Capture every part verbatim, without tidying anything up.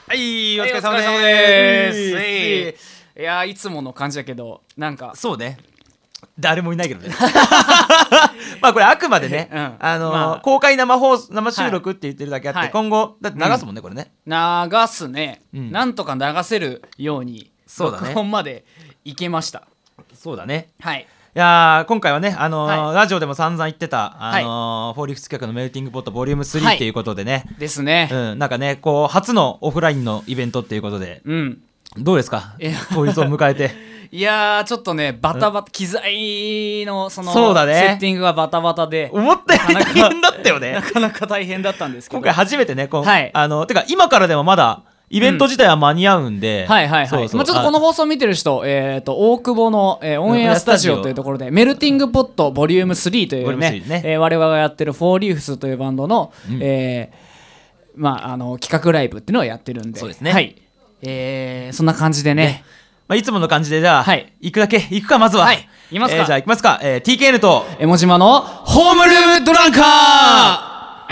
はい、お疲れ様はい、お疲れ様でです。いやー、いつもの感じだけど、なんかそうね、誰もいないけどねまあこれあくまでね、うん、あのーまあ、公開生放送生収録って言ってるだけあって、はい、今後だって流すもんね、うん、これね流すね、うん、なんとか流せるようにそうだね、 録音までいけました。 そうだね、 はい。 いや今回はね、あのーはい、ラジオでも散々言ってた、あのーはい、フォーリーフス企画のメルティングポットボリュームスリーっていうことでね、 はい、ですね、 うん、なんかねこう初のオフラインのイベントっていうことで、うん、どうですか当日を迎えていやーちょっとねバタバタ機材のそのそうだね、 セッティングがバタバタで思ったより大変だったよねなかなか大変だったんですけど、 今回初めてねこう、 はい、 あのてか今からでもまだイベント自体は間に合うんで、 うん、はいはいはい、まあ、ちょっとこの放送見てる人、えー、と大久保の、えー、オンエアスタジオというところでメルティングポットボリュームスリーというね、ねえー、我々がやってるフォーリーフスというバンドの、うんえーまあ、あの企画ライブっていうのをやってるんで、 そうですね、 はいえー、そんな感じでね、ねまあ、いつもの感じでじゃあ、はい、行くだけ行くかまずは、 はい、行きますか、 えー、じゃあ行きますか、えー、ティーケーエヌ とエモ島のホームルームドランカー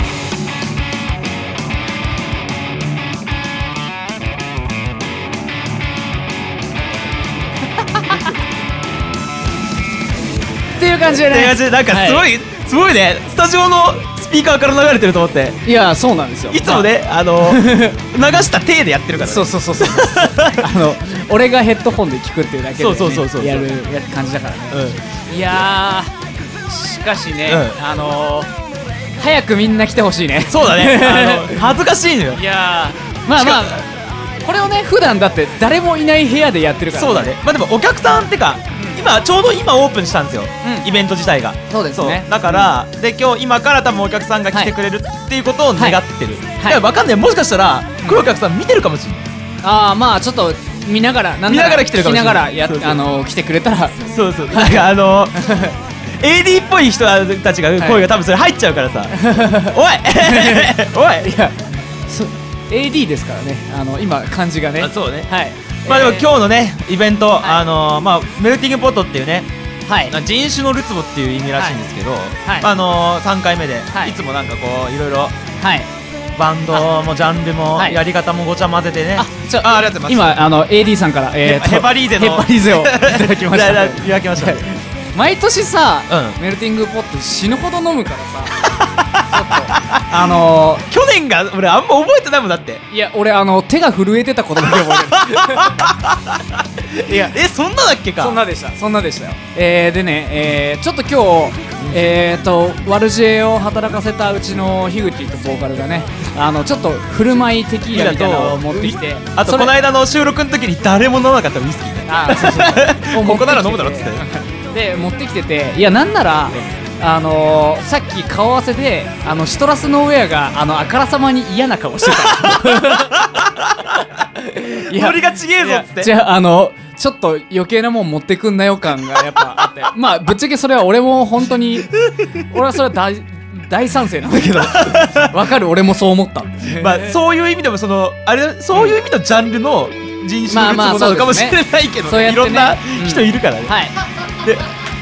っていう感じでね、っていう感じでなんかすごい、はい、すごいねスタジオのスピーカーから流れてると思って、 いやそうなんですよ、 いつもね、まあ、あの流した体でやってるから、ね、 そうそうそうそうあの俺がヘッドホンで聞くっていうだけで、ね、やる感じだからね、うん、いやーしかしね、うん、あのー、早くみんな来てほしいね。 そうだねあの恥ずかしいのよ。 いやーまあまあこれをね普段だって誰もいない部屋でやってるから、ね、 そうだね。まあでもお客さんってか、うん、今ちょうど今オープンしたんですよ、うん、イベント自体が。 そうですね。 だから、うん、で今日今から多分お客さんが来てくれるっていうことを願ってる、はいはい、いや分かんない、もしかしたら来るお客さん見てるかもしれない、 うん、ああまあちょっと見ながらなん見ながら来てるかもしれない、 見ながらやそうそうあの来てくれたらそうそうなんかあのエーディー っぽい人たちが声が多分それ入っちゃうからさ、はい、おいおいいやエーディー ですからね、あの今漢字がね。 あそうね、 はい、 まあでも今日のねイベント、はい、あのー、まあメルティングポットっていうね、はい、人種のるつぼっていう意味らしいんですけど、はいあのー、さんかいめで、はい、いつもなんかこういろいろ、はい、バンドもジャンルもやり方もごちゃ混ぜてね、 あちょあありがとうございます。今あの エーディー さんから、えー、 ヘパリーゼのヘパリーゼをいただきましたいただきました毎年さ、うん、メルティングポット死ぬほど飲むからさちょっとあのー、 去年が俺あんま覚えてないもんだって。 いや俺あの手が震えてたことだけ覚えてるいやえそんなだっけか。 そんなでしたそんなでしたよ。えー、でね、えー、ちょっと今日えーとワルジェを働かせたうちの樋口とボーカルがねあのちょっと振る舞いテキーラみたいなのを持ってきて、 あとこの間の収録の時に誰も飲まなかったウイスキーね。あそうそうそうここなら飲むだろっつってで持ってきてて、いやなんならあのー、さっき顔合わせであのシトラスノーウェアがあのあからさまに嫌な顔してたいやノリがちげえぞっつって。 じゃああのちょっと余計なもん持ってくんなよ感がやっぱあってまあぶっちゃけそれは俺も本当に俺はそれは大大賛成なんだけどわかる俺もそう思ったまあそういう意味でもそのあれそういう意味のジャンルの人種のるつぼなのかもしれないけど、ね、いろんな人いるからね、うん、はいで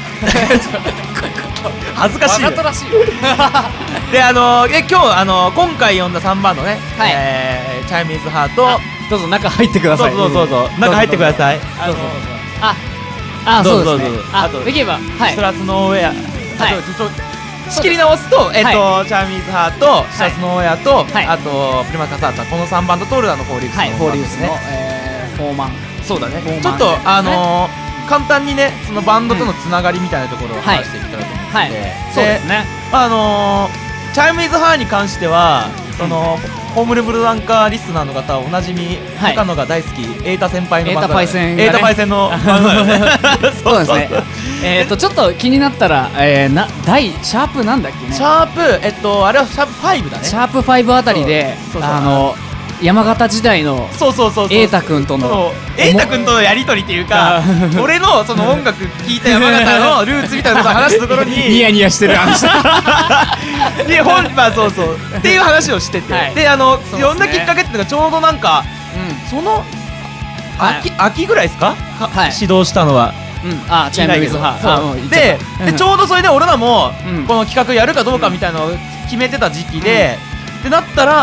恥ずかしいよわざとらしいであのえ今日あの今回呼んださんばんのね、はいえー、チャイミーズハート、 どうぞ中入ってください。 どうぞどうぞ中入ってください。 どうぞどうぞ。ああそうですね。あとできればはいシトラスノーウェア、はい仕切り直すとえっとチャイミーズハートシトラスノーウェアとあとプリマカサータこのさんばんとトールダーのフォーリーフスのフォーリーフスのフォーマン。 そうだね。ちょっとあの簡単にねそのバンドとのつながりみたいなところを話していきたいと思ってて、 そうですね。 あのチャイミーズハーに関してはそのホームルブルダンカーリスナーの方おなじみ高野が大好きエータ先輩のバンド、 エータパイセン、 エータパイセンのバンドだよねそうですね。えっとちょっと気になったらえな第シャープなんだっけね。 シャープえっとあれはシャープファイブだね。 シャープファイブあたりであの山形時代の瑛太君との瑛太君とのやり取りっていうか俺のその音楽聴いた山形のルーツみたいなことを話すところにニヤニヤしてる話で本まあそうそうっていう話をしてて、はい、であのいろんなきっかけっていうのがちょうどなんか、うん、その秋、はい、秋ぐらいですか、はい、指導したのは。 うん、あチャイムウィズハーででちょうどそれで俺らもこの企画やるかどうかみたいなのを決めてた時期で、うん、ってなったら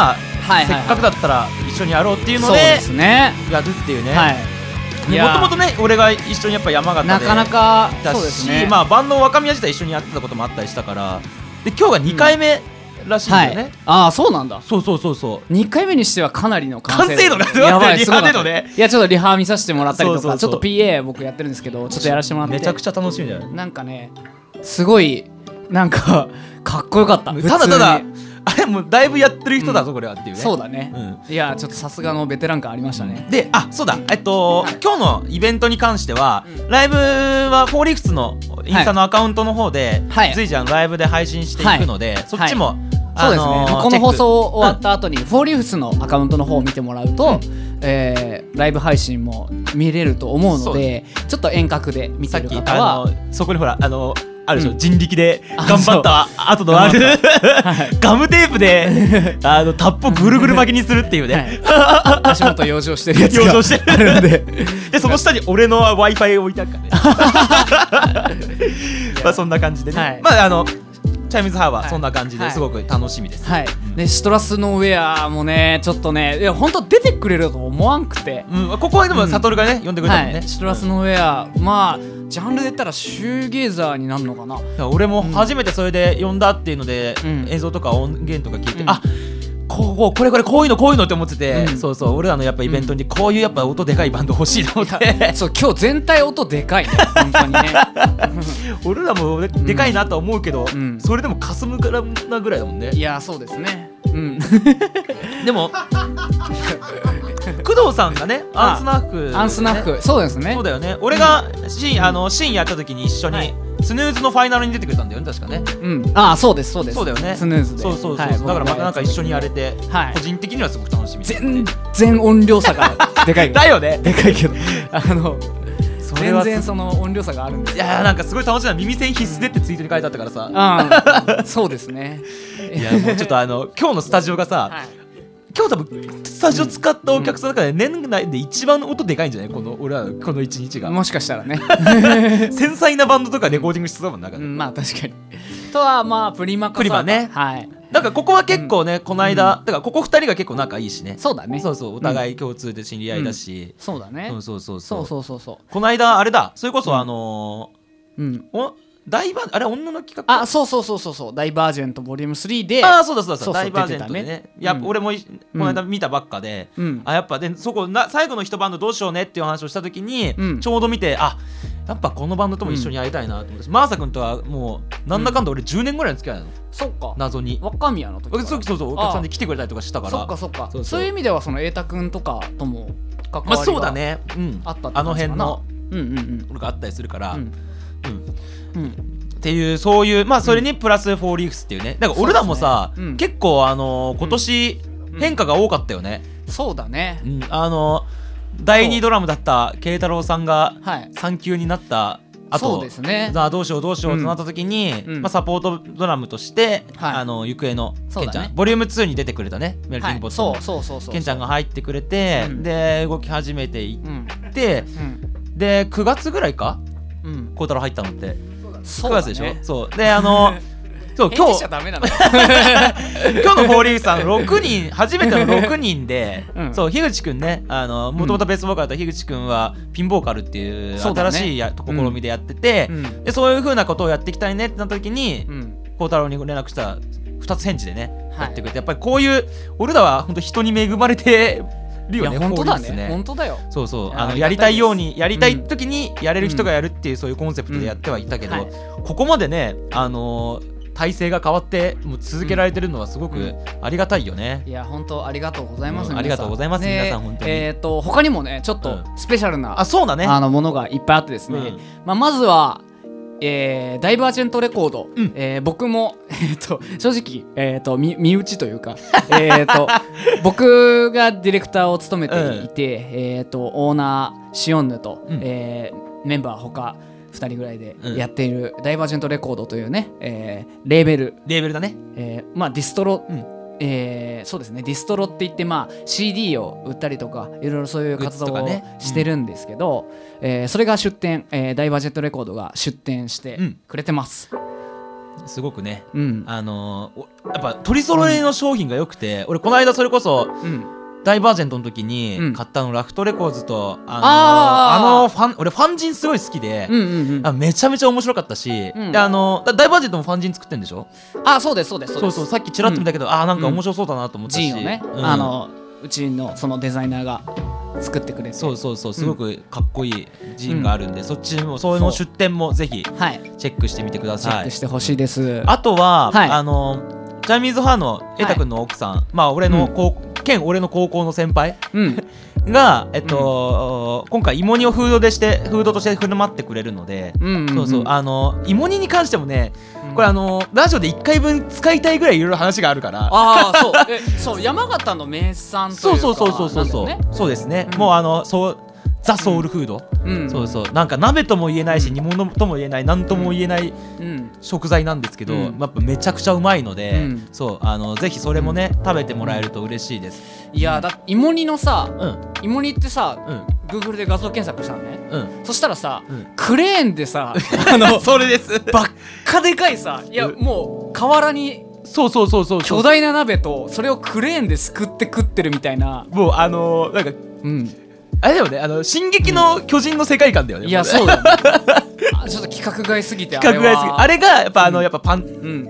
はいはいはい、せっかくだったら一緒にやろうっていうのでやるっていうね、はいもともとね俺が一緒にやっぱ山形でなかなかそうですね、 まあ、バンド若宮自体一緒にやってたこともあったりしたからで今日がにかいめらしいんだよね、うんはい、 ああそうなんだそうそうそうそうにかいめにしてはかなりの完成度完成度やばいリハでのねいやちょっとリハ見させてもらったりとかそうそうそうちょっと ピーエー 僕やってるんですけどちょっとやらせてもらってめちゃくちゃ楽しみだよなんかねすごいなんかかっこよかったただただあれもうだいぶやってる人だぞ、うん、これはっていうねそうだね、うん、いやちょっとさすがのベテラン感ありましたねであそうだえっと、はい、今日のイベントに関しては、うん、ライブはフォーリーフスのインスタのアカウントの方で、はい、随時ライブで配信していくので、はい、そっちも、はいそうですね、この放送終わった後にフォーリーフスのアカウントの方を見てもらうと、うんえー、ライブ配信も見れると思うのでちょっと遠隔で見てる方はそこにほらあのあるでしょ、うん、人力で頑張った後のあるガムテープであのタップをぐるぐる巻きにするっていうね、 はい、足元養生してるやつがあるんででその下に俺の Wi-Fi 置いてあるからねまあそんな感じでね、はい、まああのチャイムズハーはそんな感じですごく楽しみです、 はいはいうん、でシトラスのウェアもねちょっとねいや本当出てくれると思わんくて、 うん、ここはでもサトルがね、うん、呼んでくれたもんね、はい、 シトラスのウェア、うん、まあジャンルで言ったらシューゲーザーになるのかな俺も初めてそれで呼んだっていうので、うん、映像とか音源とか聞いて、うん、あこうこれこれこういうのこういうのって思ってて、うん、そうそう俺らのやっぱイベントにこういうやっぱ音でかいバンド欲しいと思ってそう今日全体音でかいね本当にね俺らも で, でかいなとは思うけど、うん、それでもかすむからなぐらいだもんねいやそうですねうんでも工藤さんがねアンスナッフ、ね、 アンスナッフそうですねそうだよね俺がシーン、うん、あのシーンやった時に一緒に、はいスヌーズのファイナルに出てくれたんだよね確かねうんああそうですそうですそうだよねスヌーズでそうそうそう、はい、だからまたなんか一緒にやれて、はい、個人的にはすごく楽しみ全然音量差がでかいだよねでかいけどあの全然その音量差があるんですいやーなんかすごい楽しいな耳栓必須でってツイートに書いてあったからさ、 うん、そうですねいやもうちょっとあの今日のスタジオがさ、はい今日多分スタジオ使ったお客さんの中で年内で一番音でかいんじゃないこの俺はこの一日がもしかしたらね繊細なバンドとかレコーディングしてたもんな、 うん、まあ確かにとはまあプリマカサープリマねはいなんかここは結構ね、うん、この間、うん、だからここふたりが結構仲いいしねそうだねそうそうお互い共通で知り合いだし、 うん、そうだねそうそうそうそうそうそうそうこの間あれだそれこそあのー、うんおダイバーあれ女の企画あそうそうそうそうそうダイバージェントボリュームスリーであそうだそうだそうダイバージェントでねいや、うん、俺もこの間見たばっかで、うん、あやっぱでそこな最後の一バンドどうしようねっていう話をした時に、うん、ちょうど見てあやっぱこのバンドとも一緒にやりたいなと思って、うん、マーサ君とはもうなんだかんだ俺じゅうねんぐらいの付き合いなの、うん、 そっか謎に若宮の時からそうそうそうお客さんで来てくれたりとかしたからそっかそっかそうそうそういう意味ではその瑛太君とかとも関わりが、 まあ、そうだね、うん、 あったってあの辺のうんうんうん俺があったりするからうんうん、うんっていうそういうまあそれにプラスフォーリーフスっていうねだから俺らもさ、ねうん、結構あのー、今年変化が多かったよね、 うん、そうだね、 うん、あのー、だいにドラムだった慶太郎さんがさん級になったあとそうですねどうしようどうしようとなった時に、うんまあ、サポートドラムとして、はい、あの行方のケンちゃん、ね、ボリュームツーに出てくれたねメルティングポットのケンちゃんが入ってくれて、うん、で動き始めていって、うん、でくがつぐらいか孝、うん、太郎入ったのってくがつでしょそうであのそう今日今日のフォーリーフさんろくにん初めてのろくにんで、うん、そう樋口くんねあのもともとベースボーカルだった樋口くんはピンボーカルっていう新しいや、ね、試みでやってて、うん、でそういう風なことをやっていきたいねってなった時に孝、うん、太郎に連絡したらふたつ返事でね、はい、やってくれてやっぱりこういう俺らは本当人に恵まれてるよね。 本当だね。本当だよ。 そうそうあのやりたいようにやりたい時にやれる人がやるっていう、うん、そういうコンセプトでやってはいたけど、うんはい、ここまでねあのー体制が変わってもう続けられてるのはすごくありがたいよね、 うん、いや本当ありがとうございます、 うん、ありがとうございます、ね、皆さん本当にえー、と他にもねちょっとスペシャルな、うん、 あそうだねあのものがいっぱいあってですね、うんまあ、まずはえー、ダイバージェントレコード、うんえー、僕も、えー、と正直、えー、と身身内というか、えー、と僕がディレクターを務めていて、うんえー、とオーナーシオンヌと、うんえー、メンバー他ふたりぐらいでやっている、うん、ダイバージェントレコードというね、えー、レーベルレーベルだね、 えー、まあディストロ、うんえー、そうですねディストロって言って、まあ、シーディー を売ったりとかいろいろそういう活動をしてるんですけど、ねうんえー、それが出店、えー、ダイバージェントレコードが出店してくれてます、うん、 すごくね、うん、あのー、やっぱ取り揃えの商品が良くて、うん、俺この間それこそ、うん、ダイバージェントの時に買ったのラフトレコーズと、あのー、あ, あのファン俺ファンジンすごい好きで、うんうんうん、あめちゃめちゃ面白かったし、うん、であのー、ダイバージェントもファンジン作ってんでしょ。 あそうですそうですそうそうさっきちらっと見たけど、うん、あなんか面白そうだなと思ったし、 ジンをね、うん、あのうちのそのデザイナーが作ってくれて、 そうそうそうすごくかっこいいジンがあるんで、うん、そっちもそういうの出店もぜひチェックしてみてください。 チェックしてほしいです。 あとは、はい、あのジャニーズファンのエタ君の奥さん、はい、まあ俺の高、うん、県俺の高校の先輩、うんが、えっとうん、今回芋煮をフードでしてフードとして振る舞ってくれるので、うんうんうん、そうそうあの芋煮に関してもね、うん、これあのラジオでいっかいぶん使いたいぐらいいろいろ話があるから。 ああそうえそう山形の名産というかそうそうそうそうそうそう、ね、そうですね、うん、もうあのそうザ・ソウルフード、うん、そうそうなんか鍋とも言えないし、うん、煮物とも言えない何とも言えない食材なんですけど、うん、やっぱめちゃくちゃうまいので、うん、そうあのぜひそれもね食べてもらえると嬉しいです。 いやだ芋煮のさ、うん、芋煮ってさ、うん、Google で画像検索したのね、うん、そしたらさ、うん、クレーンでさあのそれですばっかでかいさいやもう河原にそうそうそうそう巨大な鍋とそれをクレーンですくって食ってるみたいなもうあのー、なんかうんあれだよねあの進撃の巨人の世界観だよね、 うん、いやそうだよねあちょっと規格外すぎて規格外すぎあれがやっぱあの、うん、やっぱパン、うん、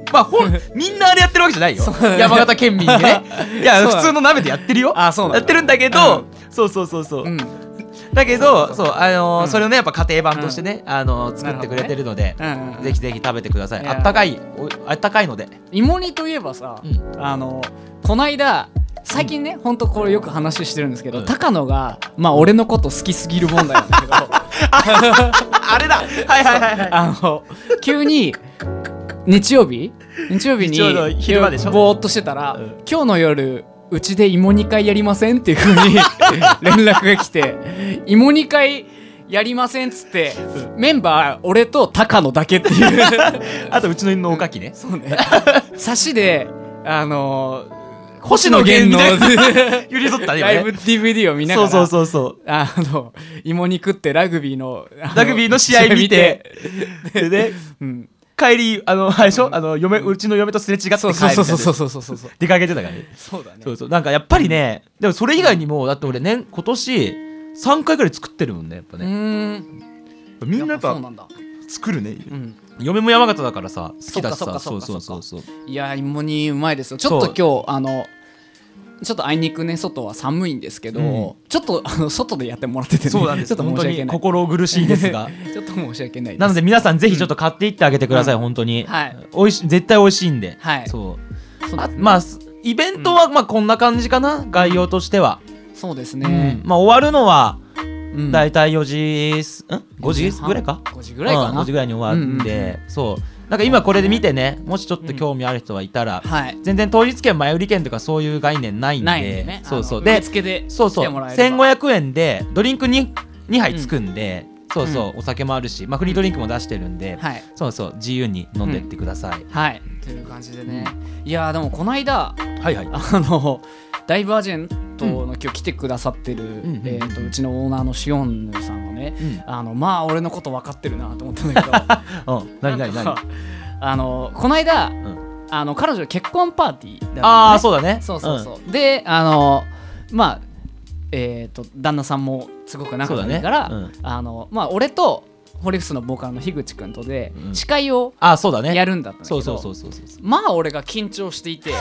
まあほんみんなあれやってるわけじゃないよ山形県民でねいや普通の鍋でやってるよあそうなんやってるんだけど、うん、そうそうそうそう、うん、だけどそうあのーうん、それをねやっぱ家庭版としてね、うん、あのー、作ってくれてるので、ねうんうん、ぜひぜひ食べてください。あったかいあったかいので芋煮といえばさ、うん、あのー、こないだ最近ね、うん、ほんとこれよく話してるんですけど、うん、高野がまあ俺のこと好きすぎる問題なんだけどあれだはいはいはいはいあの急に日曜日日曜日に昼間でしょぼーっとしてたら、うん、今日の夜うちで芋煮会やりませんっていう風に連絡が来て芋煮会やりませんっつって、うん、メンバー俺と高野だけっていうあとうちの犬のおかきね、 うん、そうね差しであのー星野源の寄り添ったねライブ ディーブイディー を見ながらそうそうそうそうあの芋煮食ってラグビーのラグビーの試合見てでね、うん、帰りあのあれでしょ、うん、あの嫁うちの嫁とすれ違って帰るみたいなそうそうそうそうそうそう出かけてたからねそうだねそうそうなんかやっぱりねでもそれ以外にもだって俺ね今年さんかいぐらい作ってるもんねやっぱねうーんみんなやっぱ作るね、うん、嫁も山形だからさ好きだしさそうそうそうそういや芋煮うまいですよちょっと今日あのちょっとあいにくね外は寒いんですけど、うん、ちょっとあの外でやってもらっててねそうなんですちょっと申し訳ない本当に心苦しいですがちょっと申し訳ないですなので皆さんぜひちょっと買っていってあげてください、うん、本当に、はい、おいし絶対美味しいんで、はい、そうそう、ね、まあイベントはまあこんな感じかな、うん、概要としてはそうですね、 うん、まあ終わるのはだいたいよじんごじぐらいかごじぐらいかな、 うん、ごじぐらいに終わるんで、うんうん、そうなんか今これで見てねもしちょっと興味ある人はいたら、うんはい、全然当日券前売り券とかそういう概念ないんでないんでねそうそうでそうそうせんごひゃくえんでドリンク に, にはいつくんで、うん、そうそう、うん、お酒もあるし、まあ、フリードリンクも出してるんで、うん、そうそう自由に飲んでってください、 うん、はいという感じでね、うん、いやでもこの間はいはいあのダイバージェントの今日来てくださってる、うんえー、とうちのオーナーのシオンヌさんはね、うん、あのまあ俺のこと分かってるなと思ったんだけど、うん、 何何何あのこの間、うん、あの彼女結婚パーティーだった、ね、 ああそうだねそうそうそう、うん、であのまあえっ、ー、と旦那さんもすごく仲がいいから、ねうんあのまあ、俺とホリフスのボーカルの樋口くんとで司会をやるんだったんだけどまあ俺が緊張していてで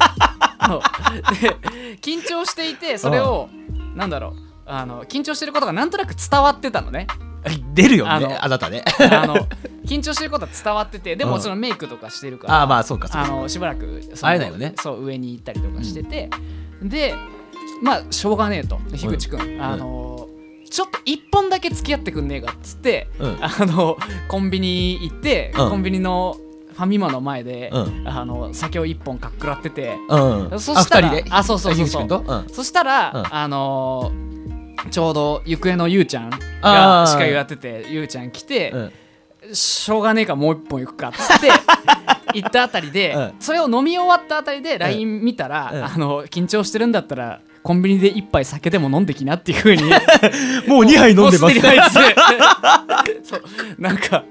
緊張していてそれをなんだろうあの緊張してることがなんとなく伝わってたのね出るよね あ, あなたねあの緊張してることは伝わっててでももちろんメイクとかしてるから、 うん、あまあそうかそうかあのしばらく会えないよねそう上に行ったりとかしてて、うん、でまあしょうがねえと樋口くん、うん、あのちょっと一本だけ付き合ってくんねえかっつって、うん、あのコンビニ行って、うん、コンビニのファミマの前で、うん、あの酒を一本かっくらってて、うん、そしたらあふたりであそうそうそうそう、 うん、 そしたら、うん、あのー、ちょうど行方のゆうちゃんが司会をやっててゆうちゃん来て、うん、しょうがねえからもう一本行くかっつって行ったあたりで、うん、それを飲み終わったあたりで ライン 見たら、うん、あの緊張してるんだったらコンビニで一杯酒でも飲んできなっていう風にもうにはい飲んでますねそうなんか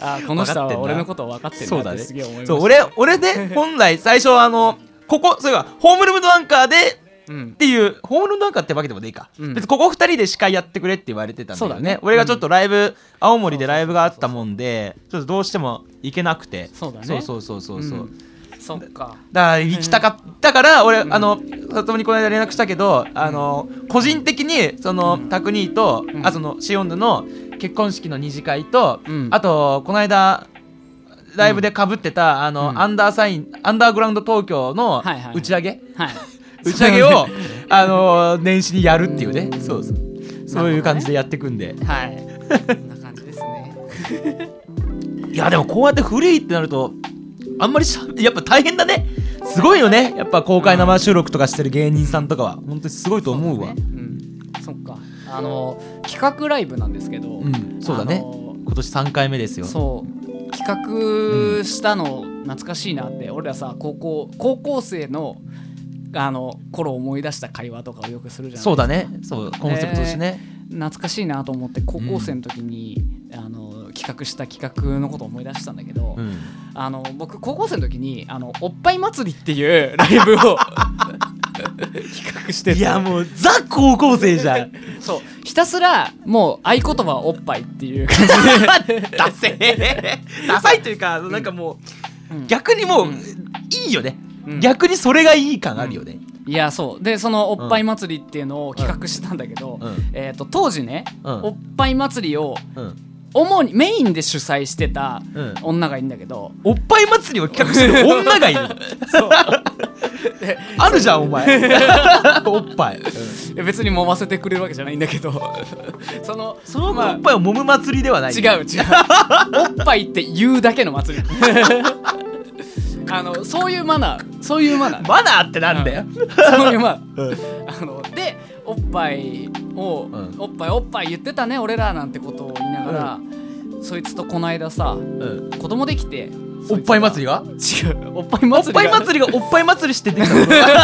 あこの人は俺のことを分かってるなってすげえ思いました。 そう俺俺ね本来最初あのここそういえばホームルームドアンカーでっていう、うん、ホームルームドアンカーってわけでもねいいか、うん、別にここふたりで司会やってくれって言われてたんだよ ね, ね俺がちょっとライブ、うん、青森でライブがあったもんでちょっとどうしても行けなくてそうだねそうそうそうそうそう、うんそっかだから行きたかったから俺、うん、あのさとみにこの間連絡したけど、うん、あの個人的にその、うん、タクニーと、うん、あそのシオンヌの結婚式の二次会と、うん、あとこの間ライブで被ってた、うん、あの、うん、アンダーサインアンダーグラウンド東京の打ち上げ、はいはいはい、打ち上げをあの年始にやるっていうね、うん、そうそうそういう感じでやっていくんで、 ね、はいこんな感じですねいやでもこうやってフリーってなるとあんまりしやっぱ大変だねすごいよねやっぱ公開生収録とかしてる芸人さんとかは本当にすごいと思うわ。そう、ねうん、 そっかあの企画ライブなんですけど、うん、 そうだね、あのー、今年さんかいめですよ。 そう企画したの懐かしいなって、うん、俺らさ高校高校生のあの頃思い出した会話とかをよくするじゃないですか。 そうだねそうコンセプトとしてね、 えー、懐かしいなと思って高校生の時に、うん、あの企画した企画のことを思い出したんだけど、うん、あの僕高校生の時にあのおっぱい祭りっていうライブを企画してていやもうザ高校生じゃんそうひたすらもう合言葉はおっぱいっていう感じでダセーダサいというかなんかもう、うん、逆にもう、うん、いいよね、うん、逆にそれがいい感あるよね、 うん、いやそうでそのおっぱい祭りっていうのを企画したんだけど、うん、えーと当時ね、うん、おっぱい祭りを、うん主にメインで主催してた女がいるんだけど、 うん、おっぱい祭りを企画する女がいるそうあるじゃんお前おっぱい、 うん、別に揉ませてくれるわけじゃないんだけどそのその、まあ、おっぱいを揉む祭りではない。 違う違うおっぱいって言うだけの祭りあのそういうマナーそういうマナーマナーってなんだよ、 うん、そういうマナー、うん、あのでおっぱいを、うん、おっぱいおっぱい言ってたね俺らなんてことを言いながら、うん、そいつとこの間さ、うん、子供できておっぱい祭りが違うおっぱい祭りがおっぱい祭りがおっぱい祭りしてできた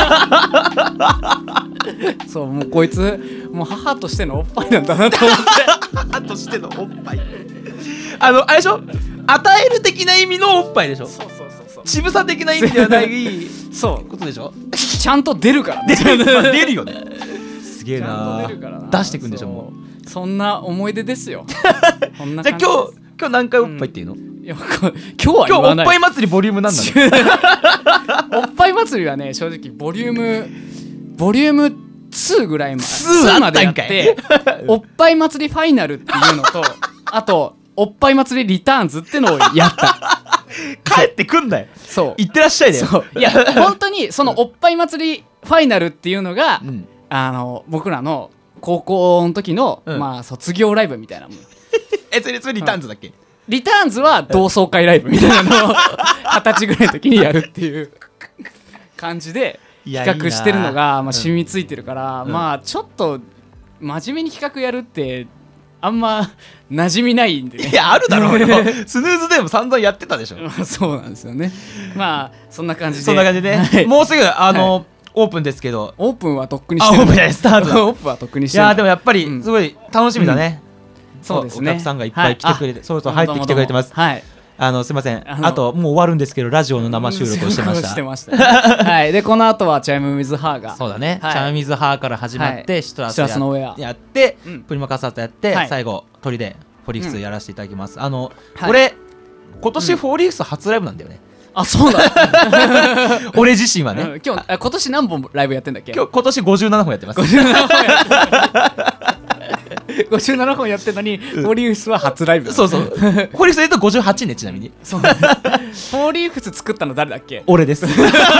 そうもうこいつもう母としてのおっぱいなんだなと思って母としてのおっぱいあのあれでしょ与える的な意味のおっぱいでしょ。 そうそうそうそうちぶさ的な意味ではないそうことでしょ。 ちゃんと出るからね出る、まあ、出るよねすげえな出してくんでしょ。もうそんな思い出ですよこんなじゃあ今日今日何回おっぱいっていうの、うん、 いや今日は言わない。 今日おっぱい祭りボリュームなんだねおっぱい祭りはね正直ボリュームボリュームツーぐらいまでツーまでやっておっぱい祭りファイナルっていうのとあとおっぱい祭りリターンズってのをやった帰ってくんだよ。 そう行ってらっしゃいね。 そういや本当にそのおっぱい祭りファイナルっていうのが、うん、あの僕らの高校の時の、うん、まあ卒業ライブみたいなもんえそれそれリターンズだっけ、うん、 リターンズは同窓会ライブみたいなのを二十歳ぐらいの時にやるっていう感じで企画してるのがまあ染みついてるから、うん、まあちょっと真面目に企画やるってあんま馴染みないんでね。 いやあるだろうよスヌーズでも散々やってたでしょそうなんですよね。まあそんな感じでそんな感じで、ねはい、もうすぐあの、はい、オープンですけどオープンはとっくにしてる。 あオープンじゃないスタートだオープンはとっくにしてる。 いやでもやっぱりすごい楽しみだね、 うん、そうですね。 お客さんがいっぱい来てくれて、はい、そうそう入ってきてくれてます。 はいあのすいません あ, あともう終わるんですけどラジオの生収録をしてましたしてました、ねはい、でこの後はチャイムウィズハーがそうだね、はい、チャイムウィズハーから始まって、はい、シトラス や, のややって、うん、プリマカスタートやって、はい、最後トリでフォリックスやらせていただきます、うん、あの、はい、俺今年フォリックス初ライブなんだよね、 うん、あそうだ俺自身はね、うん、 今日今年何本ライブやってんだっけ。 今日今年ごじゅうななほんやってますごじゅうななほんやってごじゅうななほんやってるのに、うん、フォーリーフスは初ライブ。 そうそうフォーリーフスで言うとごじゅうはちねちなみにそうフォーリーフス作ったの誰だっけ。 俺です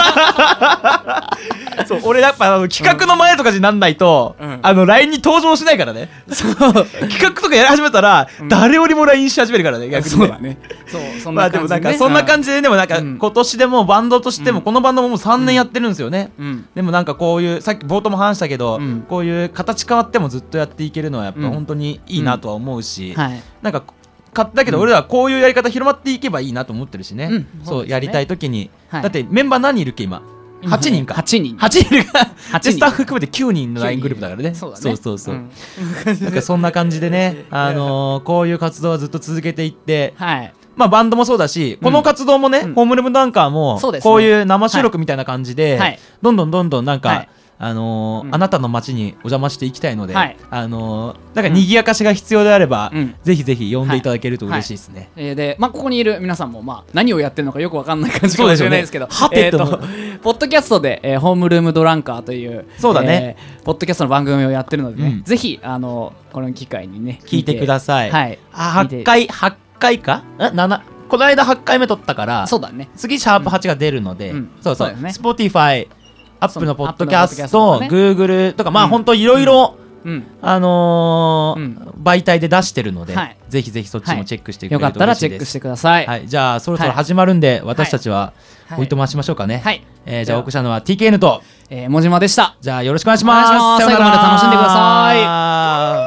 そう俺やっぱあの企画の前とかになんないと、うん、あの ライン に登場しないからね。そう企画とかやり始めたら、うん、誰よりも ライン し始めるからね逆にね。 そうだねそうそんな感じで、ね、まあでもなんかそんな感じででもなんか、うん、今年でもバンドとしても、うん、このバンドももうさんねんやってるんですよね、うん、でもなんかこういうさっき冒頭も話したけど、うん、こういう形変わってもずっとやっていけるのはやっぱ本当にいいなとは思うし、うんはい、なんかだけど俺らはこういうやり方広まっていけばいいなと思ってるしね、うん、そう、ね、やりたい時に、はい、だってメンバー何人いるっけ今はちにんかはちにんはちにんがでスタッフ含めてきゅうにんの ライン グループだからね。そうだねそうそうそう、うん、なんかそんな感じでね、あのー、こういう活動はずっと続けていって、はい、 まあバンドもそうだし、この活動もね、ホームルームダンカーもこういう生収録みたいな感じでどんどんどんどんなんかあのーうん、あなたの街にお邪魔していきたいので、はい、あのー、なんか賑やかしが必要であれば、うん、ぜひぜひ呼んでいただけると嬉しいですね。 はいはい、えー、で、まあ、ここにいる皆さんも、まあ、何をやってるのかよく分かんない感じかもしれないですけど、 はてと、 ポッドキャストで、えー、ホームルームドランカーという、 そうだね、 えー、ポッドキャストの番組をやってるので、ね、うん、ぜひ、あのー、この機会にね、 聞いてください。 はい、 あ、はちかい、はちかいかなな、この間はちかいめ撮ったから、 そうだね、 次、シャープはちが出るので、うん、そうそう、 ね、 Spotify、アップのポッドキャスト、ね、Google とか、まあ本当いろいろあのーうん、媒体で出してるので、はい、ぜひぜひそっちもチェックしてくれると嬉しいです。 よかったらチェックしてください。 はい、じゃあそろそろ始まるんで、はい、私たちはおいとましましょうかね。はい、えー、じゃあお送りしたのは ティーケーエヌ と、 えー、もじまでした。 じゃあよろしくお願いします。 最後まで楽しんでください。